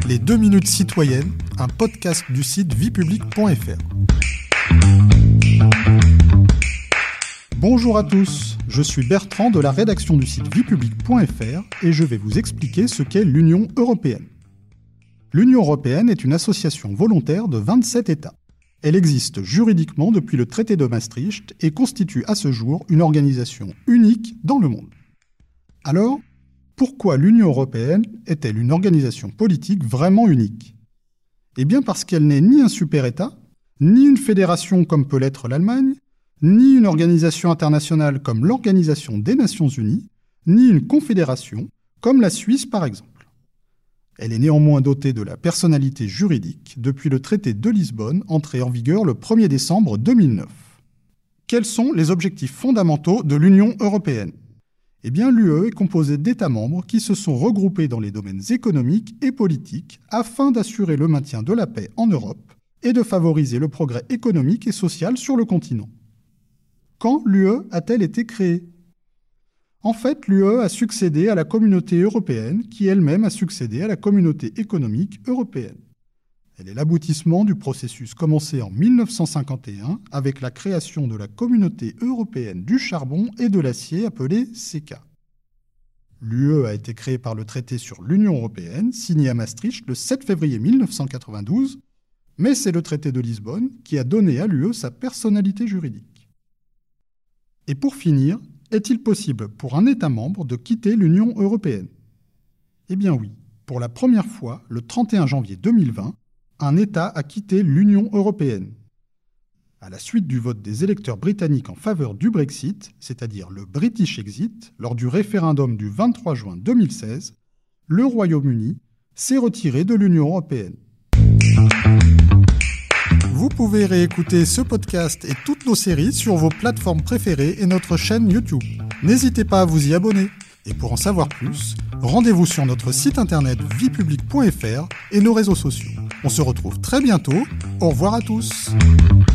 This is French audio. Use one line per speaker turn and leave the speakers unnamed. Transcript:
Les 2 minutes citoyennes, un podcast du site viepublique.fr. Bonjour à tous, je suis Bertrand de la rédaction du site viepublique.fr et je vais vous expliquer ce qu'est l'Union européenne. L'Union européenne est une association volontaire de 27 États. Elle existe juridiquement depuis le traité de Maastricht et constitue à ce jour une organisation unique dans le monde. Alors, pourquoi l'Union européenne est-elle une organisation politique vraiment unique ? Eh bien parce qu'elle n'est ni un super-État, ni une fédération comme peut l'être l'Allemagne, ni une organisation internationale comme l'Organisation des Nations Unies, ni une confédération comme la Suisse par exemple. Elle est néanmoins dotée de la personnalité juridique depuis le traité de Lisbonne entré en vigueur le 1er décembre 2009. Quels sont les objectifs fondamentaux de l'Union européenne ? Eh bien, l'UE est composée d'États membres qui se sont regroupés dans les domaines économiques et politiques afin d'assurer le maintien de la paix en Europe et de favoriser le progrès économique et social sur le continent. Quand l'UE a-t-elle été créée ? En fait, l'UE a succédé à la Communauté européenne qui elle-même a succédé à la Communauté économique européenne. Elle est l'aboutissement du processus commencé en 1951 avec la création de la Communauté européenne du charbon et de l'acier appelée CECA. L'UE a été créée par le traité sur l'Union européenne, signé à Maastricht le 7 février 1992, mais c'est le traité de Lisbonne qui a donné à l'UE sa personnalité juridique. Et pour finir, est-il possible pour un État membre de quitter l'Union européenne ? Eh bien oui, pour la première fois, le 31 janvier 2020, un État a quitté l'Union européenne. À la suite du vote des électeurs britanniques en faveur du Brexit, c'est-à-dire le British Exit, lors du référendum du 23 juin 2016, le Royaume-Uni s'est retiré de l'Union européenne. Vous pouvez réécouter ce podcast et toutes nos séries sur vos plateformes préférées et notre chaîne YouTube. N'hésitez pas à vous y abonner. Et pour en savoir plus, rendez-vous sur notre site internet viepublique.fr et nos réseaux sociaux. On se retrouve très bientôt. Au revoir à tous.